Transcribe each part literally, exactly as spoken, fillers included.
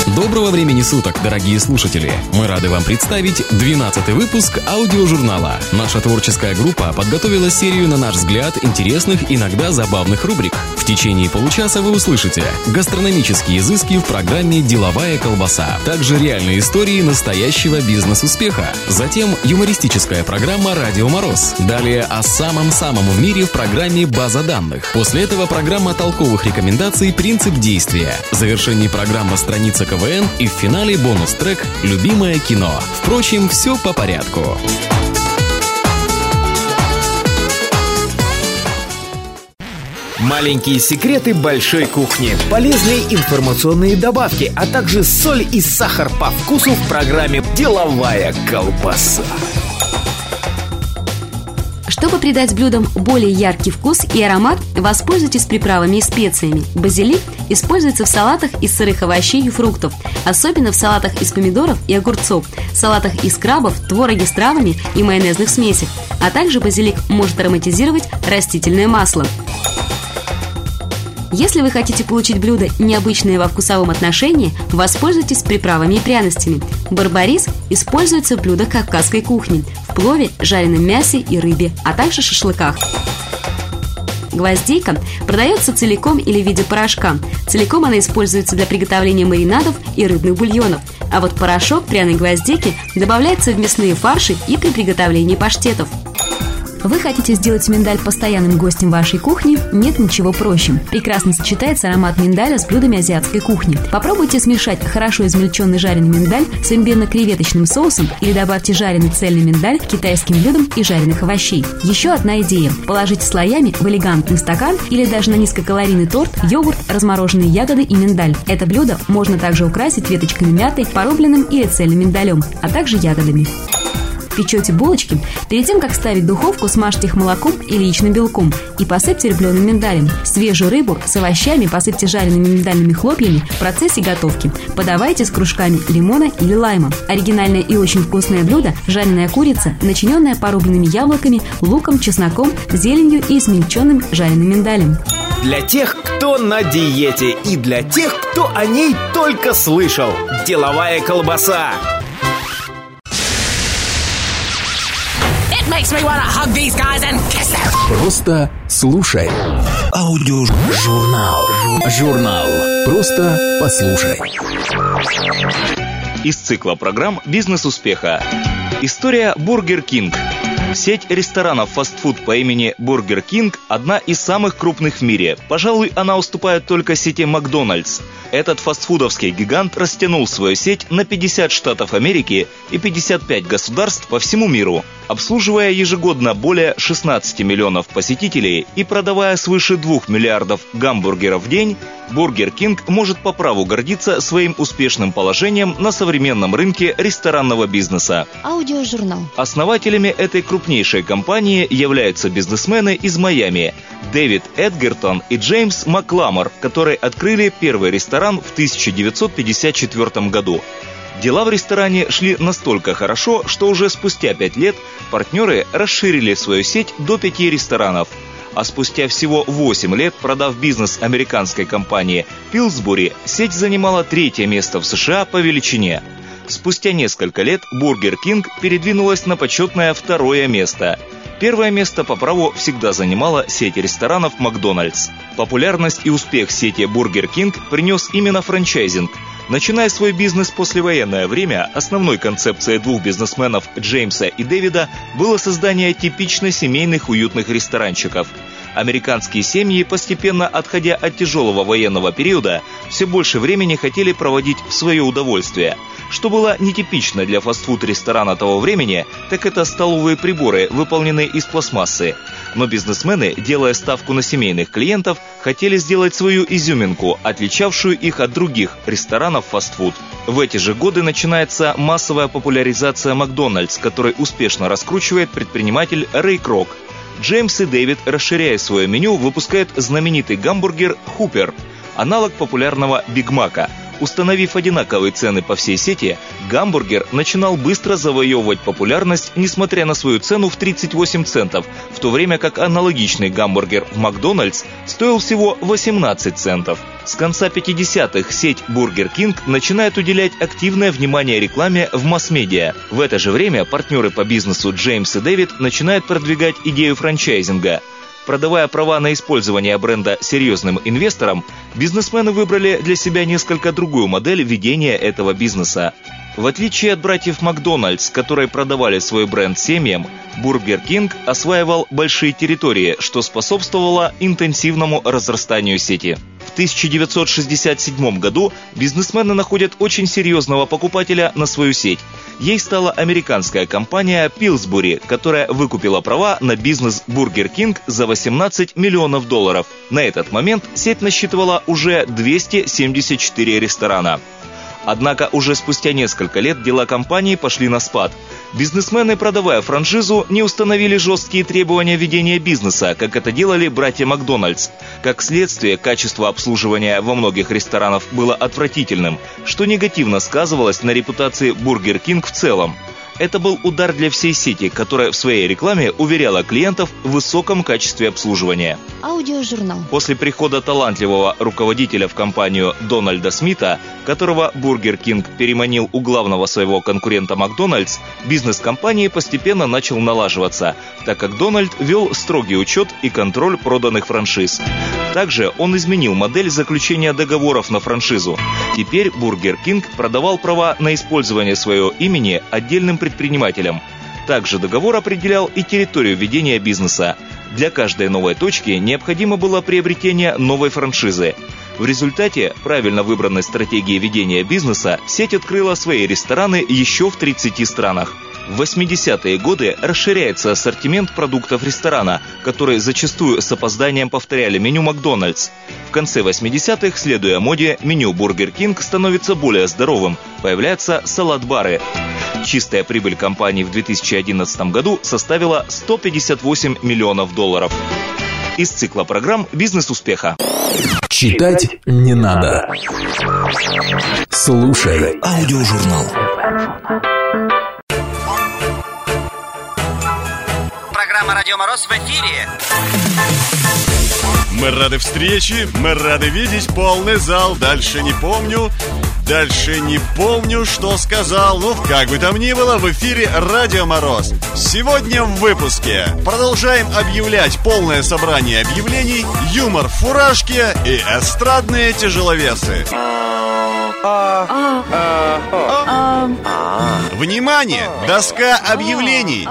Доброго времени суток, дорогие слушатели! Мы рады вам представить двенадцатый выпуск аудиожурнала. Наша творческая группа подготовила серию, на наш взгляд, интересных, иногда забавных рубрик. В течение получаса вы услышите гастрономические изыски в программе «Деловая колбаса», также реальные истории настоящего бизнес-успеха, затем юмористическая программа «Радио Мороз», далее о самом-самом в мире в программе «База данных». После этого программа толковых рекомендаций «Принцип действия», в завершении программа «Страница КВН» и в финале бонус-трек «Любимое кино». Впрочем, все по порядку. Маленькие секреты большой кухни, полезные информационные добавки, а также соль и сахар по вкусу в программе «Деловая колбаса». Чтобы придать блюдам более яркий вкус и аромат, воспользуйтесь приправами и специями. Базилик используется в салатах из сырых овощей и фруктов, особенно в салатах из помидоров и огурцов, салатах из крабов, твороге с травами и майонезных смесях, а также базилик может ароматизировать растительное масло. Если вы хотите получить блюдо необычное во вкусовом отношении, воспользуйтесь приправами и пряностями. Барбарис используется в блюдах кавказской кухни, в плове, жареном мясе и рыбе, а также шашлыках. Гвоздика продается целиком или в виде порошка. Целиком она используется для приготовления маринадов и рыбных бульонов, а вот порошок пряной гвоздики добавляется в мясные фарши и при приготовлении паштетов. Вы хотите сделать миндаль постоянным гостем вашей кухни? Нет ничего проще. Прекрасно сочетается аромат миндаля с блюдами азиатской кухни. Попробуйте смешать хорошо измельченный жареный миндаль с имбирно-креветочным соусом или добавьте жареный цельный миндаль к китайским блюдам и жареных овощей. Еще одна идея. Положите слоями в элегантный стакан или даже на низкокалорийный торт йогурт, размороженные ягоды и миндаль. Это блюдо можно также украсить веточками мяты, порубленным или цельным миндалем, а также ягодами. Печете булочки, перед тем, как ставить в духовку, смажьте их молоком или яичным белком и посыпьте рубленым миндалем. Свежую рыбу с овощами посыпьте жареными миндальными хлопьями в процессе готовки. Подавайте с кружками лимона или лайма. Оригинальное и очень вкусное блюдо – жареная курица, начиненная порубленными яблоками, луком, чесноком, зеленью и измельченным жареным миндалем. Для тех, кто на диете, и для тех, кто о ней только слышал. Деловая колбаса. Просто слушай. Аудиожурнал. Журнал. Просто послушай. Из цикла программ «Бизнес успеха». История Бургер Кинг. Сеть ресторанов фастфуд по имени Бургер Кинг одна из самых крупных в мире. Пожалуй, она уступает только сети Макдональдс. Этот фастфудовский гигант растянул свою сеть на пятьдесят штатов Америки и пятьдесят пять государств по всему миру, обслуживая ежегодно более шестнадцати миллионов посетителей и продавая свыше двух миллиардов гамбургеров в день. Бургер Кинг может по праву гордиться своим успешным положением на современном рынке ресторанного бизнеса. Аудиожурнал. Основателями этой крупнейшей компании являются бизнесмены из Майами Дэвид Эдгертон и Джеймс Макламор, которые открыли первый ресторан в тысяча девятьсот пятьдесят четвёртом году. Дела в ресторане шли настолько хорошо, что уже спустя пять лет партнеры расширили свою сеть до пяти ресторанов. А спустя всего восемь лет, продав бизнес американской компании Пилсбури, сеть занимала третье место в США по величине. Спустя несколько лет Бургер Кинг передвинулась на почетное второе место. Первое место по праву всегда занимала сеть ресторанов Макдональдс. Популярность и успех сети Бургер Кинг принес именно франчайзинг. Начиная свой бизнес в послевоенное время, основной концепцией двух бизнесменов Джеймса и Дэвида было создание типично семейных уютных ресторанчиков. Американские семьи, постепенно отходя от тяжелого военного периода, все больше времени хотели проводить в свое удовольствие. Что было нетипично для фастфуд-ресторана того времени, так это столовые приборы, выполненные из пластмассы. Но бизнесмены, делая ставку на семейных клиентов, хотели сделать свою изюминку, отличавшую их от других ресторанов фастфуд. В эти же годы начинается массовая популяризация Макдональдс, который успешно раскручивает предприниматель Рэй Крок. Джеймс и Дэвид, расширяя свое меню, выпускают знаменитый гамбургер «Хупер», аналог популярного Биг Мака. Установив одинаковые цены по всей сети, гамбургер начинал быстро завоевывать популярность, несмотря на свою цену в тридцать восемь центов, в то время как аналогичный гамбургер в Макдональдс стоил всего восемнадцать центов. С конца пятидесятых сеть Burger King начинает уделять активное внимание рекламе в масс-медиа. В это же время партнеры по бизнесу Джеймс и Дэвид начинают продвигать идею франчайзинга. Продавая права на использование бренда серьезным инвесторам, бизнесмены выбрали для себя несколько другую модель ведения этого бизнеса. В отличие от братьев Макдональдс, которые продавали свой бренд семьям, Burger King осваивал большие территории, что способствовало интенсивному разрастанию сети. В тысяча девятьсот шестьдесят седьмом году бизнесмены находят очень серьезного покупателя на свою сеть. Ей стала американская компания Pillsbury, которая выкупила права на бизнес Burger King за восемнадцать миллионов долларов. На этот момент сеть насчитывала уже двести семьдесят четыре ресторана. Однако уже спустя несколько лет дела компании пошли на спад. Бизнесмены, продавая франшизу, не установили жесткие требования ведения бизнеса, как это делали братья Макдональдс. Как следствие, качество обслуживания во многих ресторанах было отвратительным, что негативно сказывалось на репутации Burger King в целом. Это был удар для всей сети, которая в своей рекламе уверяла клиентов в высоком качестве обслуживания. Аудиожурнал. После прихода талантливого руководителя в компанию Дональда Смита, которого Burger King переманил у главного своего конкурента Макдональдс, бизнес компании постепенно начал налаживаться, так как Дональд вел строгий учет и контроль проданных франшиз. Также он изменил модель заключения договоров на франшизу. Теперь Burger King продавал права на использование своего имени отдельным предпринимателям. Также договор определял и территорию ведения бизнеса. Для каждой новой точки необходимо было приобретение новой франшизы. В результате правильно выбранной стратегии ведения бизнеса сеть открыла свои рестораны еще в тридцати странах. В восьмидесятые годы расширяется ассортимент продуктов ресторана, которые зачастую с опозданием повторяли меню Макдональдс. В конце восьмидесятых, следуя моде, меню Burger King становится более здоровым, появляются салат-бары. Чистая прибыль компании в две тысячи одиннадцатом году составила сто пятьдесят восемь миллионов долларов. Из цикла программ «Бизнес успеха». Читать не надо. Слушай аудиожурнал. Программа «Радио Мороз» в эфире. Мы рады встрече, мы рады видеть полный зал. Дальше не помню, дальше не помню, что сказал. Ну, как бы там ни было, в эфире «Радио Мороз». Сегодня в выпуске продолжаем объявлять полное собрание объявлений, юмор в фуражке и эстрадные тяжеловесы. Внимание! Доска объявлений!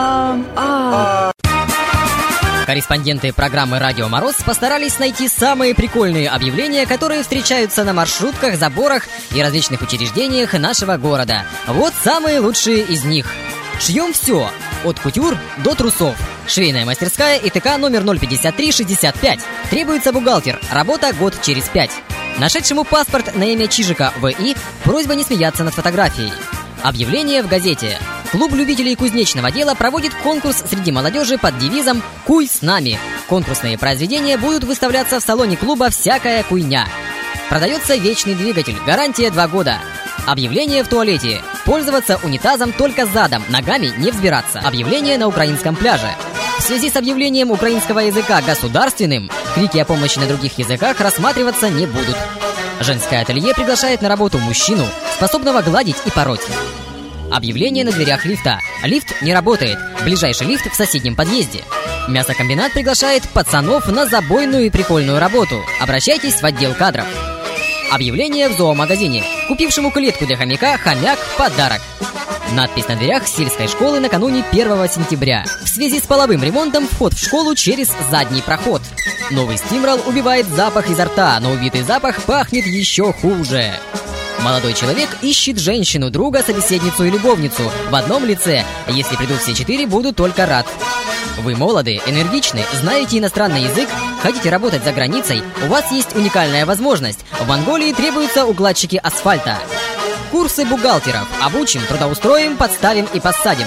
Корреспонденты программы «Радио Мороз» постарались найти самые прикольные объявления, которые встречаются на маршрутках, заборах и различных учреждениях нашего города. Вот самые лучшие из них. Шьем все, от кутюр до трусов. Швейная мастерская ИТК номер ноль пятьдесят три шестьдесят пять. Требуется бухгалтер. Работа год через пять. Нашедшему паспорт на имя Чижика В.И. просьба не смеяться над фотографией. Объявление в газете. Клуб любителей кузнечного дела проводит конкурс среди молодежи под девизом «Куй с нами». Конкурсные произведения будут выставляться в салоне клуба «Всякая куйня». Продается вечный двигатель, гарантия два года. Объявление в туалете. Пользоваться унитазом только задом, ногами не взбираться. Объявление на украинском пляже. В связи с объявлением украинского языка государственным, крики о помощи на других языках рассматриваться не будут. Женское ателье приглашает на работу мужчину, способного гладить и пороть. Объявление на дверях лифта. Лифт не работает. Ближайший лифт в соседнем подъезде. Мясокомбинат приглашает пацанов на забойную и прикольную работу. Обращайтесь в отдел кадров. Объявление в зоомагазине. Купившему клетку для хомяка хомяк – подарок. Надпись на дверях сельской школы накануне первого сентября. В связи с половым ремонтом вход в школу через задний проход. Новый стимрол убивает запах изо рта, но убитый запах пахнет еще хуже. Молодой человек ищет женщину, друга, собеседницу и любовницу в одном лице. Если придут все четыре, буду только рад. Вы молоды, энергичны, знаете иностранный язык, хотите работать за границей, у вас есть уникальная возможность. В Монголии требуются укладчики асфальта. Курсы бухгалтеров. Обучим, трудоустроим, подставим и посадим.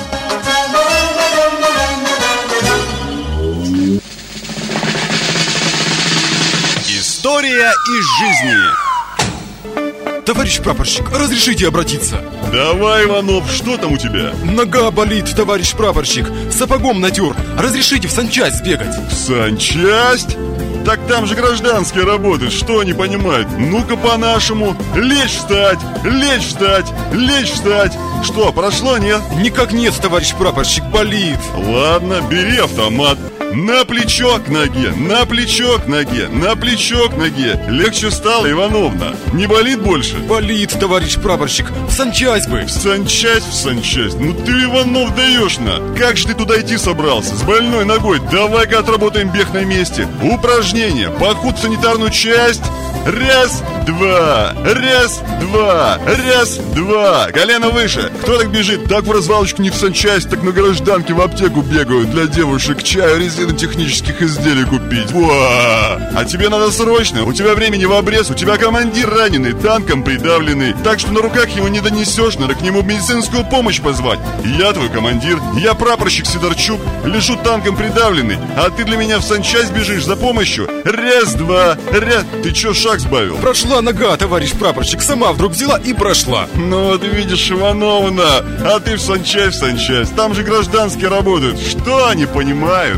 История из жизни. Товарищ прапорщик, разрешите обратиться? Давай, Иванов, что там у тебя? Нога болит, товарищ прапорщик. Сапогом натер. Разрешите в санчасть сбегать? В санчасть? Так там же гражданские работают, что они понимают? Ну-ка по-нашему. Лечь встать, лечь встать, лечь встать. Что, прошло, нет? Никак нет, товарищ прапорщик, болит. Ладно, бери автомат. На плечо к ноге, на плечо к ноге, на плечо к ноге. Легче стало, Ивановна? Не болит больше? Болит, товарищ прапорщик. В санчасть бы. В санчасть, в санчасть. Ну ты, Иванов, даешь на. Как же ты туда идти собрался? С больной ногой. Давай-ка отработаем бег на месте. Упражнение. Поход в санитарную часть. Раз, два, раз, два, раз, два. Колено выше. Кто так бежит? Так в развалочку не в санчасть, так на гражданке в аптеку бегают. Для девушек чаю, резины технических изделий купить. Во! А тебе надо срочно. У тебя времени в обрез. У тебя командир раненый, танком придавленный. Так что на руках его не донесешь. Надо к нему медицинскую помощь позвать. Я твой командир. Я прапорщик Сидорчук. Лежу танком придавленный. А ты для меня в санчасть бежишь за помощью. Раз, два, раз. Ты чё, шаг сбавил? Прошла нога, товарищ прапорщик. Сама вдруг взяла и прошла. Ну вот видишь, Ивановна. А ты в санчасть, в санчасть. Там же гражданские работают. Что они понимают?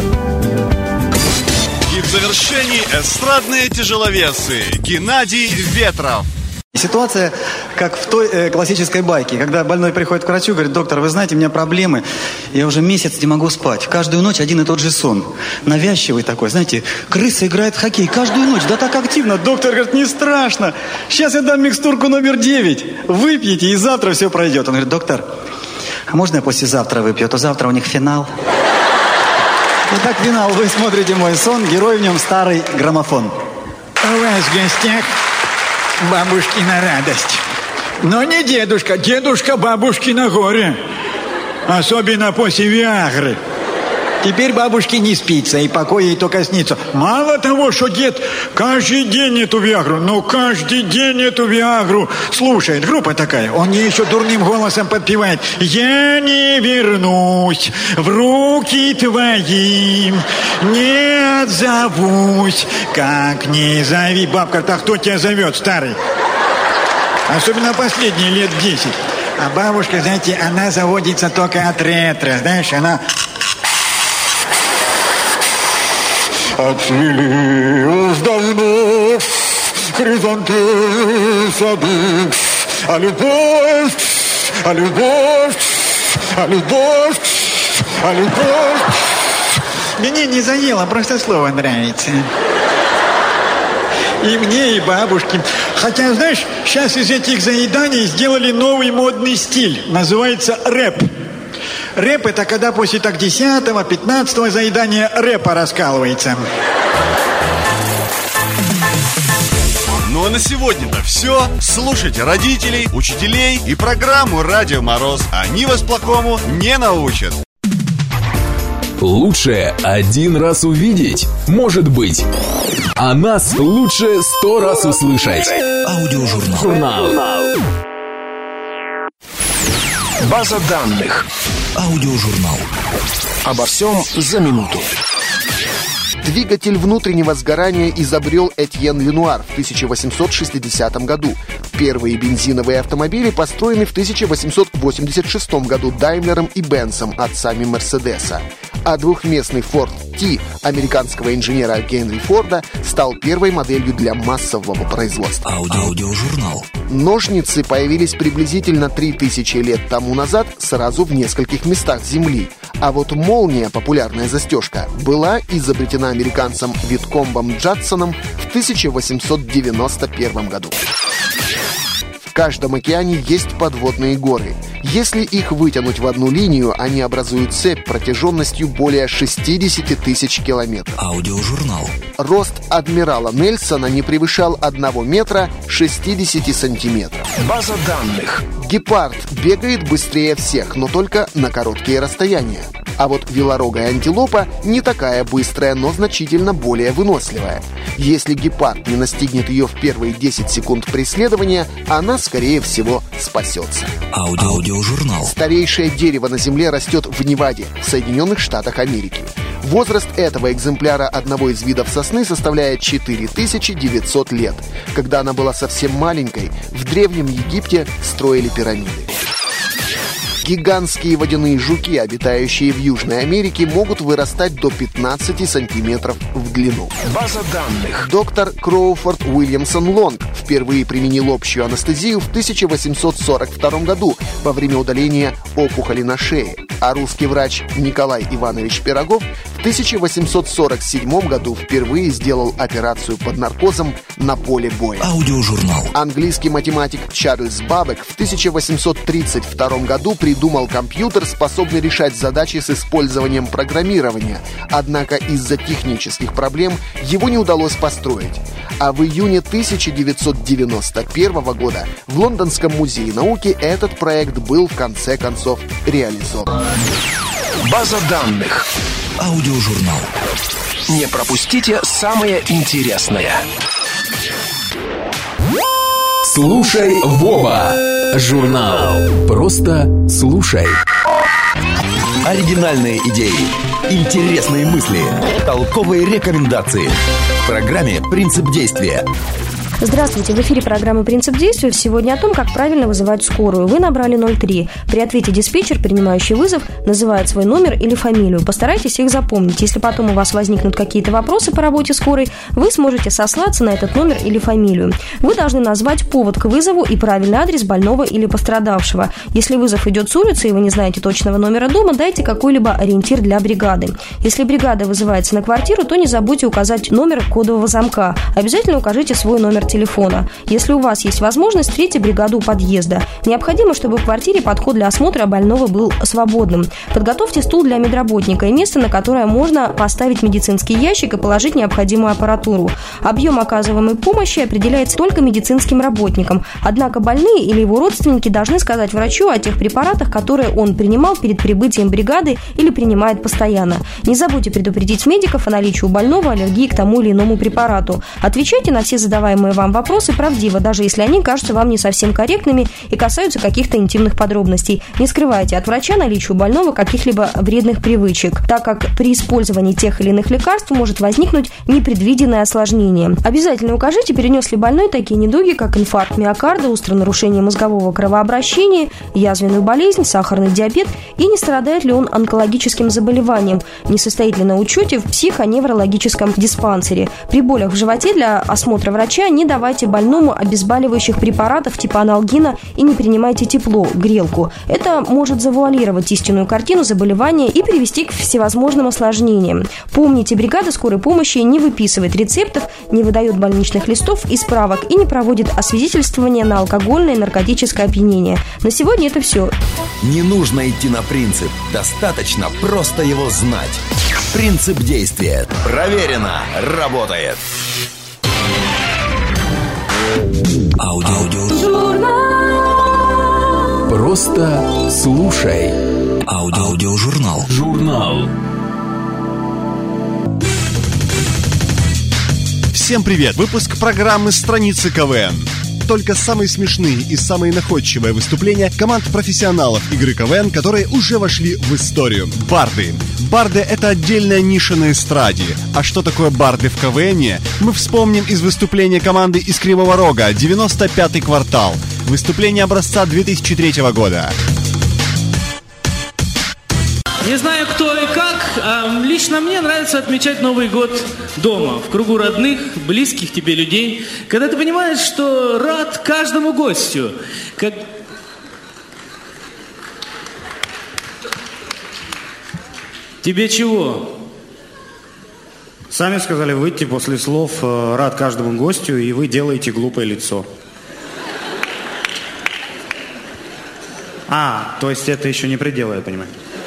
И в завершении эстрадные тяжеловесы. Геннадий Ветров. Ситуация, как в той э, классической байке, когда больной приходит к врачу, говорит: доктор, вы знаете, у меня проблемы, я уже месяц не могу спать, каждую ночь один и тот же сон, навязчивый такой, знаете, крыса играет в хоккей каждую ночь, да так активно. Доктор говорит: не страшно, сейчас я дам микстурку номер девять, выпьете и завтра все пройдет. Он говорит: доктор, а можно я послезавтра выпью, а то завтра у них финал. Итак, финал, вы смотрите «Мой сон», герой в нем старый граммофон. У вас в гостях бабушкина радость. Но не дедушка, дедушка бабушкина горе. Особенно после Виагры. Теперь бабушке не спится, и покой ей только снится. Мало того, что дед каждый день эту Виагру, ну каждый день эту Виагру слушает. Группа такая. Он ей еще дурным голосом подпевает: я не вернусь в руки твои, не отзовусь, как не зови. Бабка, так кто тебя зовет, старый? Особенно последние лет десять. А бабушка, знаете, она заводится только от ретро. Знаешь, она... Отцвели с давно хризантемы сады, а любовь, а любовь, а любовь, а любовь. Мне не заело, просто слово нравится. И мне, и бабушке. Хотя, знаешь, сейчас из этих заеданий сделали новый модный стиль. Называется рэп. Рэп — это когда после так десятого, пятнадцатого заедания рэпа раскалывается. Ну а на сегодня-то все. Слушайте родителей, учителей и программу «Радио Мороз». Они вас плохому не научат. Лучше один раз увидеть, может быть. А нас лучше сто раз услышать. Аудиожурнал. Журнал. База данных. Аудиожурнал. Обо всем за минуту. Двигатель внутреннего сгорания изобрел Этьен Ленуар в тысяча восемьсот шестидесятом году. Первые бензиновые автомобили построены в тысяча восемьсот восемьдесят шестом году Даймлером и Бенцем, отцами Мерседеса. А двухместный Ford T американского инженера Генри Форда стал первой моделью для массового производства. Аудиожурнал. Ножницы появились приблизительно три тысячи лет тому назад сразу в нескольких местах Земли. А вот молния, популярная застежка, была изобретена американцем Виткомбом Джадсоном в тысяча восемьсот девяносто первом году. В каждом океане есть подводные горы. Если их вытянуть в одну линию, они образуют цепь протяженностью более шестьдесят тысяч километров. Аудиожурнал. Рост адмирала Нельсона не превышал одного метра шестьдесят сантиметров. База данных. Гепард бегает быстрее всех, но только на короткие расстояния. А вот велорогая антилопа не такая быстрая, но значительно более выносливая. Если гепард не настигнет ее в первые десять секунд преследования, она, скорее всего, спасется. Аудиожурнал. Старейшее дерево на Земле растет в Неваде, в Соединенных Штатах Америки. Возраст этого экземпляра одного из видов сосны составляет четыре тысячи девятьсот лет. Когда она была совсем маленькой, в Древнем Египте строили пирамиды. Гигантские водяные жуки, обитающие в Южной Америке, могут вырастать до пятнадцати сантиметров в длину. База данных. Доктор Кроуфорд Уильямсон Лонг впервые применил общую анестезию в тысяча восемьсот сорок втором году во время удаления опухоли на шее. А русский врач Николай Иванович Пирогов в тысяча восемьсот сорок седьмом году впервые сделал операцию под наркозом на поле боя. Аудиожурнал. Английский математик Чарльз Баббек в тысяча восемьсот тридцать втором году придумал компьютер, способный решать задачи с использованием программирования. Однако из-за технических проблем его не удалось построить. А в июне тысяча девятьсот девяносто первого года в Лондонском музее науки этот проект был в конце концов реализован. База данных. Аудиожурнал. Не пропустите самое интересное. Слушай, Вова. Журнал. Просто слушай. Оригинальные идеи, интересные мысли, толковые рекомендации. В программе «Принцип действия». Здравствуйте, в эфире программы «Принцип действия». Сегодня о том, как правильно вызывать скорую. Вы набрали ноль три. При ответе диспетчер, принимающий вызов, называет свой номер или фамилию. Постарайтесь их запомнить. Если потом у вас возникнут какие-то вопросы по работе скорой, вы сможете сослаться на этот номер или фамилию. Вы должны назвать повод к вызову и правильный адрес больного или пострадавшего. Если вызов идет с улицы и вы не знаете точного номера дома, дайте какой-либо ориентир для бригады. Если бригада вызывается на квартиру, то не забудьте указать номер кодового замка. Обязательно укажите свой номер телефона. Если у вас есть возможность, встретьте бригаду у подъезда. Необходимо, чтобы в квартире подход для осмотра больного был свободным. Подготовьте стул для медработника и место, на которое можно поставить медицинский ящик и положить необходимую аппаратуру. Объем оказываемой помощи определяется только медицинским работникам. Однако больные или его родственники должны сказать врачу о тех препаратах, которые он принимал перед прибытием бригады или принимает постоянно. Не забудьте предупредить медиков о наличии у больного аллергии к тому или иному препарату. Отвечайте на все задаваемые вам вопросы правдиво, даже если они кажутся вам не совсем корректными и касаются каких-то интимных подробностей. Не скрывайте от врача наличие у больного каких-либо вредных привычек, так как при использовании тех или иных лекарств может возникнуть непредвиденное осложнение. Обязательно укажите, перенес ли больной такие недуги, как инфаркт миокарда, острое нарушение мозгового кровообращения, язвенную болезнь, сахарный диабет и не страдает ли он онкологическим заболеванием, не состоит ли на учете в психоневрологическом диспансере. При болях в животе для осмотра врача не давайте больному обезболивающих препаратов типа аналгина и не принимайте тепло, грелку. Это может завуалировать истинную картину заболевания и привести к всевозможным осложнениям. Помните, бригада скорой помощи не выписывает рецептов, не выдает больничных листов и справок и не проводит освидетельствование на алкогольное и наркотическое опьянение. На сегодня это все. Не нужно идти на принцип, достаточно просто его знать. Принцип действия. Проверено. Работает. Аудио. Журнал. Просто слушай. Аудио. Аудиожурнал. Журнал. Всем привет! Выпуск программы «Страницы КВН». Только самые смешные и самые находчивые выступления команд профессионалов игры КВН, которые уже вошли в историю. Барды. Барды — это отдельная ниша на эстраде. А что такое барды в КВНе, мы вспомним из выступления команды из Кривого Рога, девяносто пятый квартал. Выступление образца две тысячи третьего года. Не знаю, кто и как, а лично мне нравится отмечать Новый год дома, в кругу родных, близких тебе людей, когда ты понимаешь, что рад каждому гостю. Как... Тебе чего? Сами сказали выйти после слов «рад каждому гостю», и вы делаете глупое лицо. А, то есть это еще не предел, я понимаю.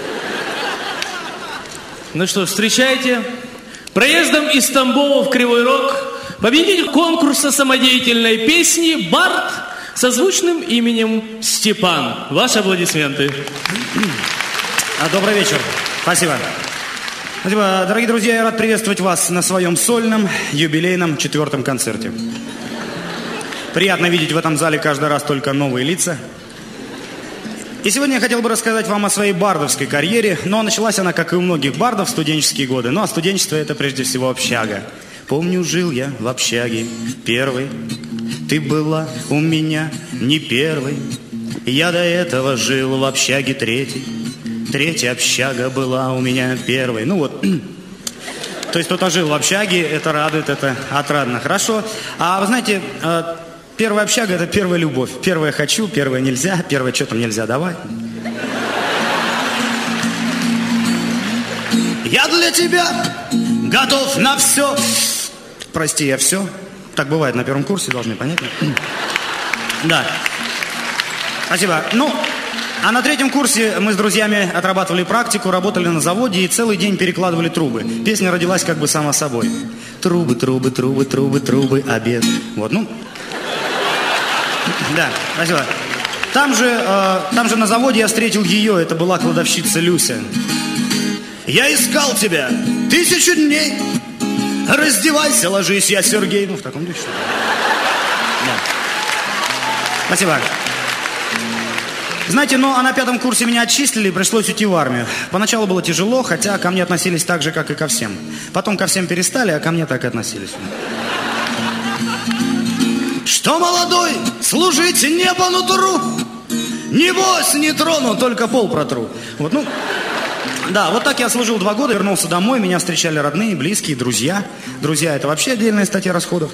Ну что, встречайте, проездом из Тамбова в Кривой Рог победитель конкурса самодеятельной песни «Бард» со звучным именем Степан. Ваши аплодисменты. А, добрый вечер. Спасибо. Спасибо. Дорогие друзья, я рад приветствовать вас на своем сольном юбилейном четвертом концерте. Приятно видеть в этом зале каждый раз только новые лица. И сегодня я хотел бы рассказать вам о своей бардовской карьере, но началась она, как и у многих бардов, в студенческие годы. Ну, а студенчество — это прежде всего общага. Помню, жил я в общаге первый, ты была у меня не первый. Я до этого жил в общаге третий, третья общага была у меня первой. Ну вот, то есть кто-то жил в общаге, это радует, это отрадно, хорошо. А вы знаете, первая общага — это первая любовь. Первая хочу, первая нельзя, первая что там нельзя, давай. Я для тебя готов на все. Прости, я все. Так бывает на первом курсе, должны понять. Да. Спасибо. Ну, а на третьем курсе мы с друзьями отрабатывали практику, работали на заводе и целый день перекладывали трубы. Песня родилась как бы сама собой. Трубы, трубы, трубы, трубы, трубы, обед. Вот, ну. Да, спасибо. Там же, э, там же на заводе я встретил ее, это была кладовщица Люся. Я искал тебя тысячу дней. Раздевайся, ложись, я Сергей. Ну, в таком духе. Да. Спасибо. Знаете, ну, а на пятом курсе меня отчислили, пришлось уйти в армию. Поначалу было тяжело, хотя ко мне относились так же, как и ко всем. Потом ко всем перестали, а ко мне так и относились. Что, молодой, служите не по нутру, небось не трону, только пол протру. Вот, ну... Да, вот так я служил два года, вернулся домой, меня встречали родные, близкие, друзья. Друзья, это вообще отдельная статья расходов.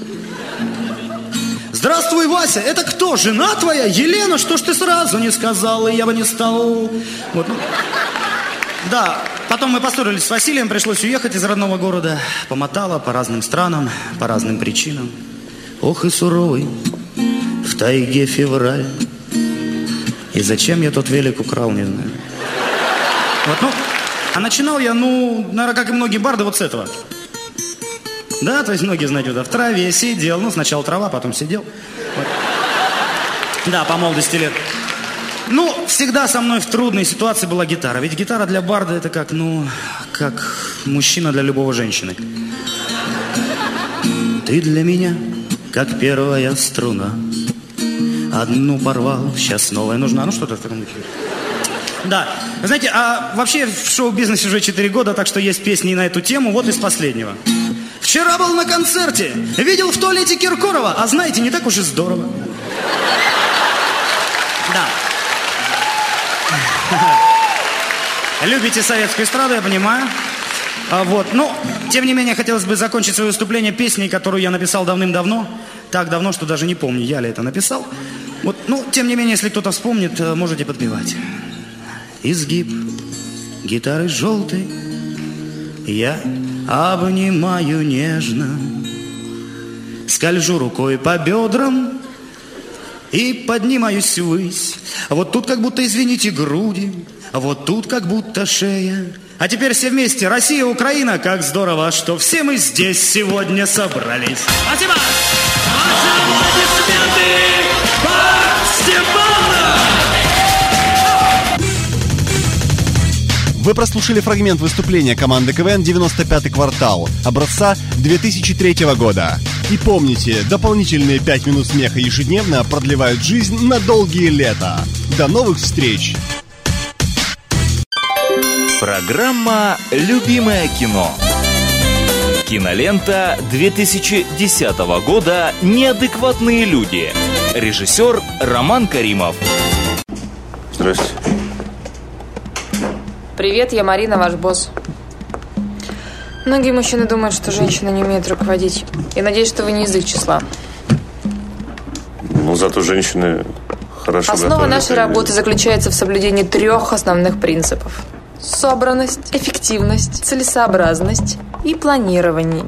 Здравствуй, Вася, это кто, жена твоя? Елена, что ж ты сразу не сказала, я бы не стал. Вот. Да, потом мы поссорились с Василием, пришлось уехать из родного города. Помотала по разным странам, по разным причинам. Ох и суровый в тайге февраль. И зачем я тот велик украл, не знаю. Вот, ну, а начинал я, ну, наверное, как и многие барды, вот с этого. Да, то есть многие, знаете, да, в траве сидел. Ну, сначала трава, потом сидел. Вот. Да, по молодости лет. Ну, всегда со мной в трудной ситуации была гитара. Ведь гитара для барда — это как, ну, как мужчина для любого женщины. Ты для меня, как первая струна. Одну порвал, сейчас новая нужна. Ну, что-то в таком духе. Да, знаете, а вообще в шоу-бизнесе уже четыре года, так что есть песни на эту тему, вот из последнего. Вчера был на концерте, видел в туалете Киркорова, а знаете, не так уж и здорово. Да. Любите советскую эстраду, я понимаю. А вот, ну, тем не менее, хотелось бы закончить свое выступление песней, которую я написал давным-давно. Так давно, что даже не помню, я ли это написал. Вот, ну, тем не менее, если кто-то вспомнит, можете подпевать. Изгиб гитары желтой я обнимаю нежно, скольжу рукой по бедрам и поднимаюсь ввысь. Вот тут как будто, извините, груди, вот тут как будто шея. А теперь все вместе, Россия, Украина, как здорово, что все мы здесь сегодня собрались. Спасибо! Вы прослушали фрагмент выступления команды КВН «девяносто пятый квартал» образца две тысячи третьего года. И помните, дополнительные пять минут смеха ежедневно продлевают жизнь на долгие лета. До новых встреч! Программа «Любимое кино». Кинолента две тысячи десятого года «Неадекватные люди». Режиссер Роман Каримов. Здравствуйте. Привет, я Марина, ваш босс. Многие мужчины думают, что женщины не умеют руководить. И надеюсь, что вы не из их числа. Ну, зато женщины хорошо Основа готовят. нашей работы заключается в соблюдении трех основных принципов. Собранность, эффективность, целесообразность и планирование.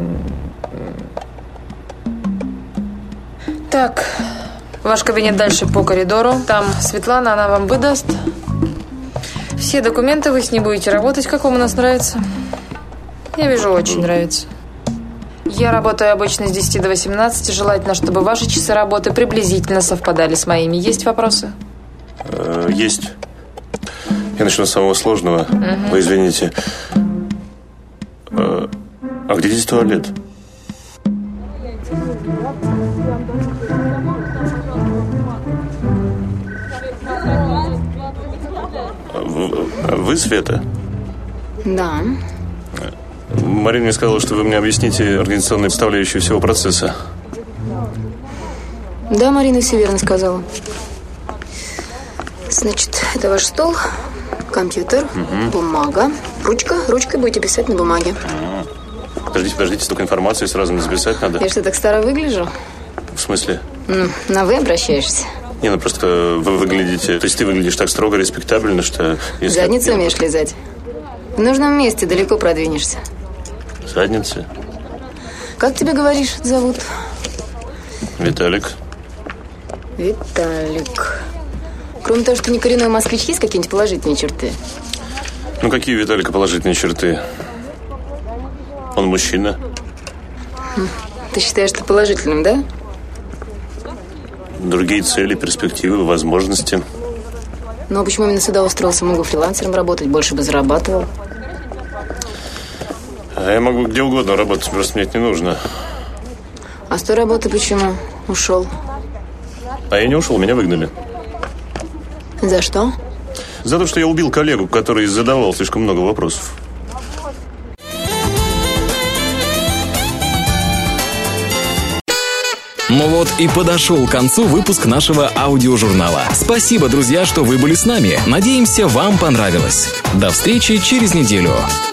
Так, ваш кабинет дальше по коридору. Там Светлана, она вам выдаст все документы, вы с ней будете работать. Как вам у нас нравится? Я вижу, очень нравится. Я работаю обычно с десяти до восемнадцати. Желательно, чтобы ваши часы работы приблизительно совпадали с моими. Есть вопросы? Э, есть. Я начну с самого сложного. Угу. Вы извините. Э, а где здесь туалет? Вы Света? Да. Марина мне сказала, что вы мне объясните организационную составляющую всего процесса. Да, Марина все верно сказала. Значит, это ваш стол, компьютер, угу. бумага, ручка. Ручкой будете писать на бумаге. Подождите, подождите, столько информации сразу не записать надо. Я что, так старо выгляжу? В смысле? Ну, на «вы» обращаешься. Не, ну просто вы выглядите... То есть ты выглядишь так строго, респектабельно, что... Если задницу умеешь лизать? В нужном месте далеко продвинешься. Задница? Как тебя, говоришь, зовут? Виталик. Виталик. Кроме того, что ты не коренной москвич, есть какие-нибудь положительные черты? Ну, какие у Виталика положительные черты? Он мужчина. Ты считаешь это положительным, да? Другие цели, перспективы, возможности. Ну, а почему именно сюда устроился? Могу фрилансером работать, больше бы зарабатывал. А я могу где угодно работать, просто мне это не нужно. А с той работы почему ушел? А я не ушел, меня выгнали. За что? За то, что я убил коллегу, который задавал слишком много вопросов. Ну вот и подошел к концу выпуск нашего аудиожурнала. Спасибо, друзья, что вы были с нами. Надеемся, вам понравилось. До встречи через неделю.